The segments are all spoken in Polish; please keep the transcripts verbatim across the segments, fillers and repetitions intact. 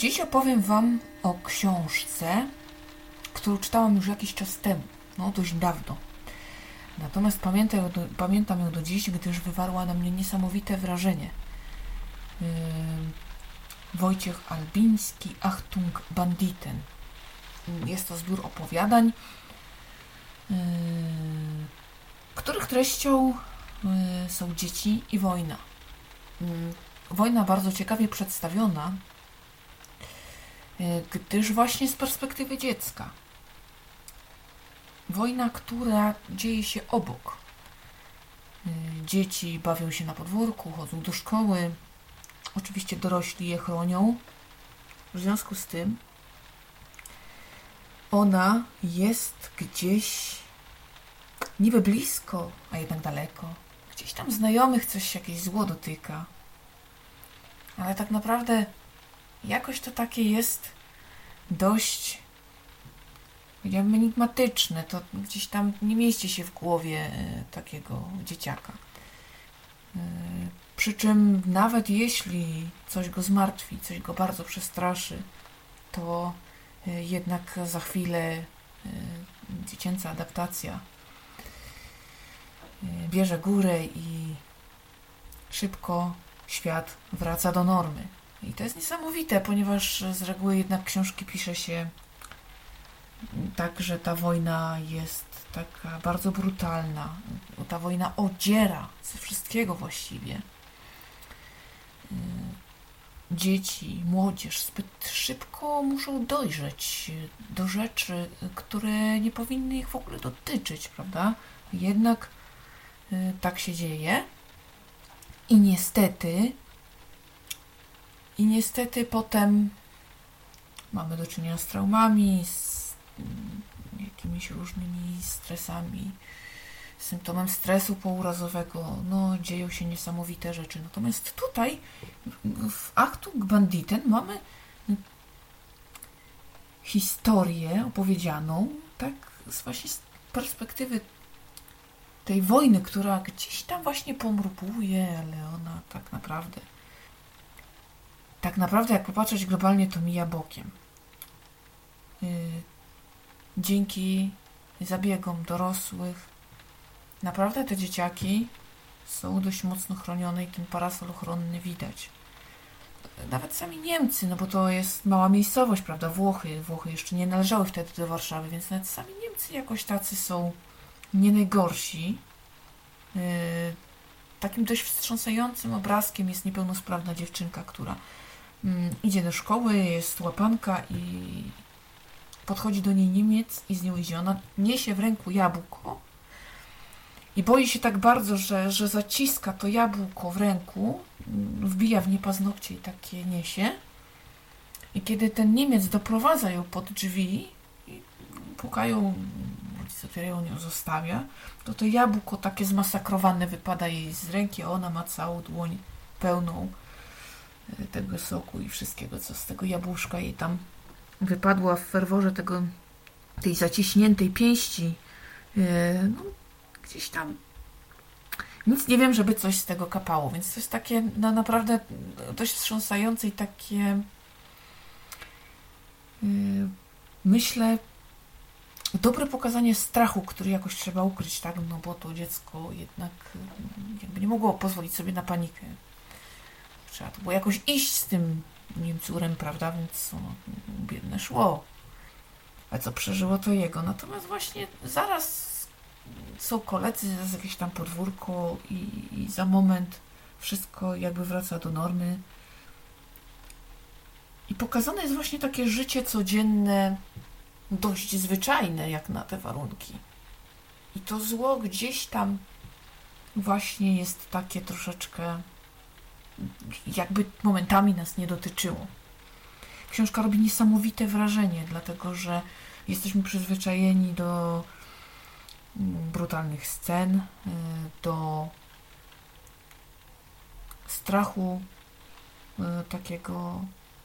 Dziś opowiem Wam o książce, którą czytałam już jakiś czas temu, no dość dawno. Natomiast pamiętam ją do, pamiętam ją do dziś, gdyż wywarła na mnie niesamowite wrażenie. Yy, Wojciech Albiński, Achtung Banditen. Jest to zbiór opowiadań, yy, których treścią yy, są dzieci i wojna. Yy, wojna bardzo ciekawie przedstawiona, gdyż właśnie z perspektywy dziecka. Wojna, która dzieje się obok. Dzieci bawią się na podwórku, chodzą do szkoły. Oczywiście dorośli je chronią. W związku z tym ona jest gdzieś niby blisko, a jednak daleko. Gdzieś tam znajomych coś, jakieś zło dotyka. Ale tak naprawdę jakoś to takie jest dość, powiedziałabym, enigmatyczne. To gdzieś tam nie mieści się w głowie takiego dzieciaka. Przy czym nawet jeśli coś go zmartwi, coś go bardzo przestraszy, to jednak za chwilę dziecięca adaptacja bierze górę i szybko świat wraca do normy. I to jest niesamowite, ponieważ z reguły jednak książki pisze się tak, że ta wojna jest taka bardzo brutalna. Ta wojna odziera ze wszystkiego właściwie. Dzieci, młodzież zbyt szybko muszą dojrzeć do rzeczy, które nie powinny ich w ogóle dotyczyć, prawda? Jednak tak się dzieje. I niestety I niestety potem mamy do czynienia z traumami, z jakimiś różnymi stresami, symptomem stresu pourazowego. No, dzieją się niesamowite rzeczy. Natomiast tutaj w Achtung Banditen mamy historię opowiedzianą tak z właśnie z perspektywy tej wojny, która gdzieś tam właśnie pomrupuje, ale ona tak naprawdę Tak naprawdę, jak popatrzeć globalnie, to mija bokiem. Yy, dzięki zabiegom dorosłych naprawdę te dzieciaki są dość mocno chronione i ten parasol ochronny widać. Nawet sami Niemcy, no bo to jest mała miejscowość, prawda, Włochy. Włochy jeszcze nie należały wtedy do Warszawy, więc nawet sami Niemcy jakoś tacy są nie najgorsi. Yy, takim dość wstrząsającym obrazkiem jest niepełnosprawna dziewczynka, która idzie do szkoły, jest łapanka i podchodzi do niej Niemiec i z nią idzie. Ona niesie w ręku jabłko i boi się tak bardzo, że, że zaciska to jabłko w ręku, wbija w nie paznokcie i tak je niesie. I kiedy ten Niemiec doprowadza ją pod drzwi i pukają, rodzice otwierają, ją zostawia, to to jabłko takie zmasakrowane wypada jej z ręki, a ona ma całą dłoń pełną tego soku i wszystkiego, co z tego jabłuszka jej tam wypadła w ferworze tego, tej zaciśniętej pięści. No, gdzieś tam nic nie wiem, żeby coś z tego kapało, więc to jest takie no, naprawdę dość wstrząsające i takie myślę dobre pokazanie strachu, który jakoś trzeba ukryć, tak? No bo to dziecko jednak jakby nie mogło pozwolić sobie na panikę. Trzeba to było jakoś iść z tym Niemcurem, prawda, więc no, biedne szło. A co przeżyło, to jego. Natomiast właśnie zaraz są koledzy, zaraz jakieś tam podwórko i, i za moment wszystko jakby wraca do normy. I pokazane jest właśnie takie życie codzienne, dość zwyczajne jak na te warunki. I to zło gdzieś tam właśnie jest takie troszeczkę jakby momentami nas nie dotyczyło. Książka robi niesamowite wrażenie, dlatego że jesteśmy przyzwyczajeni do brutalnych scen, do strachu takiego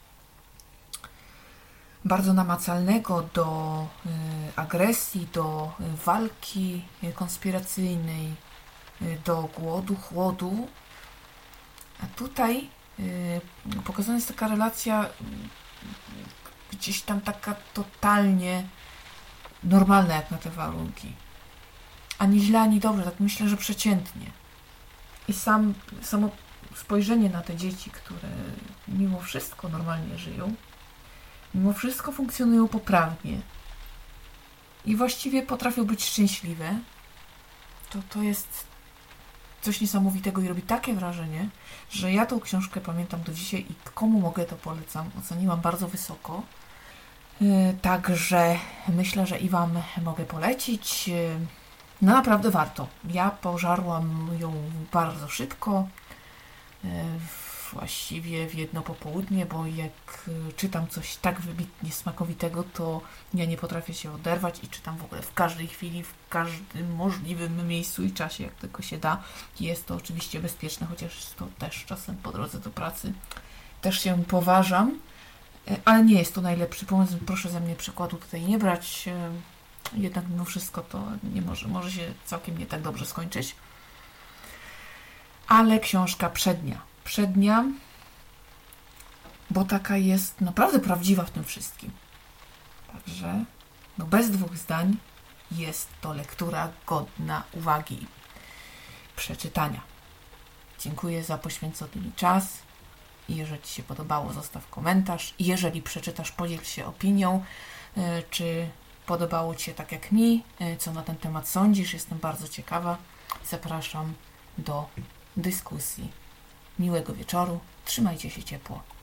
bardzo namacalnego, do agresji, do walki konspiracyjnej, do głodu, chłodu. A tutaj yy, pokazana jest taka relacja gdzieś tam taka totalnie normalna jak na te warunki. Ani źle, ani dobrze, tak myślę, że przeciętnie. I sam, samo spojrzenie na te dzieci, które mimo wszystko normalnie żyją, mimo wszystko funkcjonują poprawnie i właściwie potrafią być szczęśliwe, to to jest coś niesamowitego i robi takie wrażenie, że ja tą książkę pamiętam do dzisiaj i komu mogę, to polecam. Oceniłam bardzo wysoko. Także myślę, że i Wam mogę polecić. No naprawdę warto. Ja pożarłam ją bardzo szybko, właściwie w jedno popołudnie, bo jak czytam coś tak wybitnie smakowitego, to ja nie potrafię się oderwać i czytam w ogóle w każdej chwili, w każdym możliwym miejscu i czasie, jak tylko się da. Jest to oczywiście bezpieczne, chociaż to też czasem po drodze do pracy też się poważam, ale nie jest to najlepszy pomysł. Proszę ze mnie przykładu tutaj nie brać. Jednak mimo wszystko to nie może, może się całkiem nie tak dobrze skończyć. Ale książka przednia. Przednia, bo taka jest naprawdę prawdziwa w tym wszystkim. Także no bez dwóch zdań jest to lektura godna uwagi i przeczytania. Dziękuję za poświęcony mi czas. Jeżeli Ci się podobało, zostaw komentarz. Jeżeli przeczytasz, podziel się opinią, czy podobało Ci się tak jak mi, co na ten temat sądzisz. Jestem bardzo ciekawa. Zapraszam do dyskusji. Miłego wieczoru. Trzymajcie się ciepło.